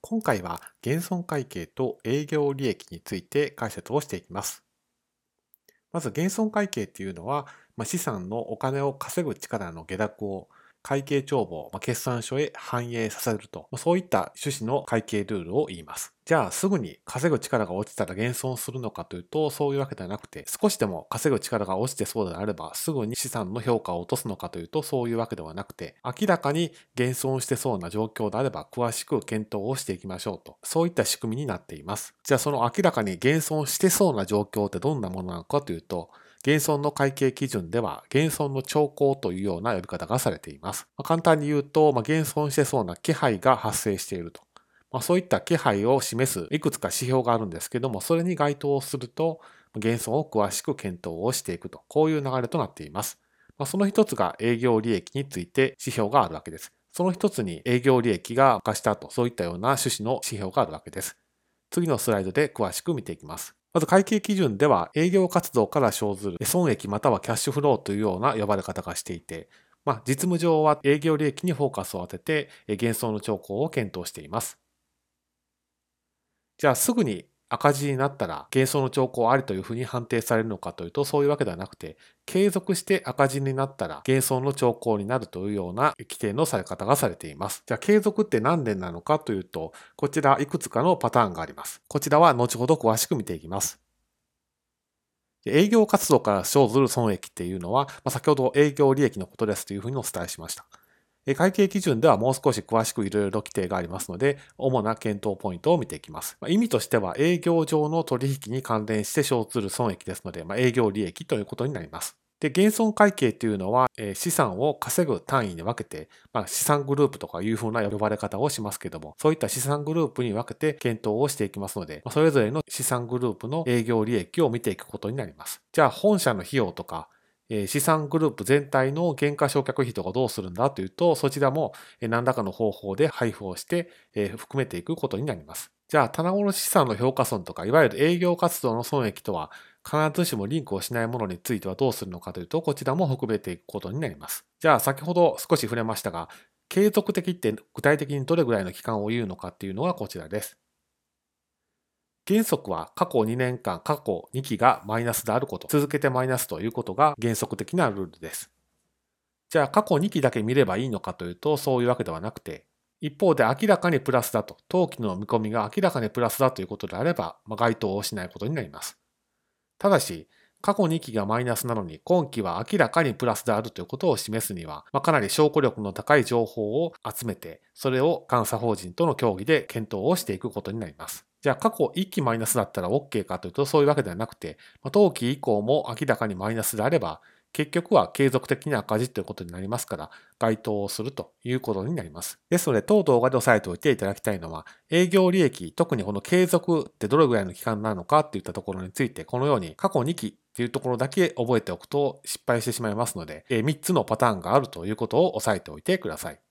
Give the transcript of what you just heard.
今回は減損会計と営業利益について解説をしていきます。まず減損会計っていうのは、資産のお金を稼ぐ力の下落を会計帳簿、決算書へ反映させると、そういった趣旨の会計ルールを言います。じゃあすぐに稼ぐ力が落ちたら減損するのかというと、そういうわけではなくて、少しでも稼ぐ力が落ちてそうであれば、すぐに資産の評価を落とすのかというと、そういうわけではなくて、明らかに減損してそうな状況であれば、詳しく検討をしていきましょうと、そういった仕組みになっています。じゃあその明らかに減損してそうな状況ってどんなものなのかというと、減損の会計基準では減損の兆候というような呼び方がされています。簡単に言うと、減損してそうな気配が発生していると。そういった気配を示すいくつか指標があるんですけども、それに該当すると減損を詳しく検討をしていくと、こういう流れとなっています。その一つが営業利益について指標があるわけです。その一つに営業利益が悪化したと、そういったような趣旨の指標があるわけです。次のスライドで詳しく見ていきます。まず会計基準では営業活動から生ずる損益またはキャッシュフローというような呼ばれ方がしていて、実務上は営業利益にフォーカスを当てて減損の兆候を検討しています。じゃあすぐに赤字になったら減損の兆候ありというふうに判定されるのかというと、そういうわけではなくて、継続して赤字になったら減損の兆候になるというような規定のされ方がされています。じゃあ継続って何年なのかというと、こちらいくつかのパターンがあります。こちらは後ほど詳しく見ていきます。営業活動から生ずる損益っていうのは、先ほど営業利益のことですというふうにお伝えしました。会計基準ではもう少し詳しくいろいろ規定がありますので、主な検討ポイントを見ていきます。意味としては営業上の取引に関連して生ずる損益ですので、営業利益ということになります。で、減損会計というのは、資産を稼ぐ単位に分けて、資産グループとかいうふうな呼ばれ方をしますけども、そういった資産グループに分けて検討をしていきますので、それぞれの資産グループの営業利益を見ていくことになります。じゃあ、本社の費用とか、資産グループ全体の減価償却費とかどうするんだというと、そちらも何らかの方法で配布をして含めていくことになります。じゃあ、棚卸資産の評価損とか、いわゆる営業活動の損益とは必ずしもリンクをしないものについてはどうするのかというと、こちらも含めていくことになります。じゃあ、先ほど少し触れましたが、継続的って具体的にどれぐらいの期間を言うのかっていうのがこちらです。原則は過去2年間、過去2期がマイナスであること、続けてマイナスということが原則的なルールです。じゃあ過去2期だけ見ればいいのかというと、そういうわけではなくて、一方で明らかにプラスだと、当期の見込みが明らかにプラスだということであれば、該当をしないことになります。ただし、過去2期がマイナスなのに今期は明らかにプラスであるということを示すには、かなり証拠力の高い情報を集めて、それを監査法人との協議で検討をしていくことになります。じゃあ過去1期マイナスだったら OK かというとそういうわけではなくて、当期以降も明らかにマイナスであれば、結局は継続的に赤字ということになりますから、該当をするということになります。ですので、当動画で押さえておいていただきたいのは、営業利益、特にこの継続ってどれぐらいの期間なのかっていったところについて、このように過去2期っていうところだけ覚えておくと失敗してしまいますので、3つのパターンがあるということを押さえておいてください。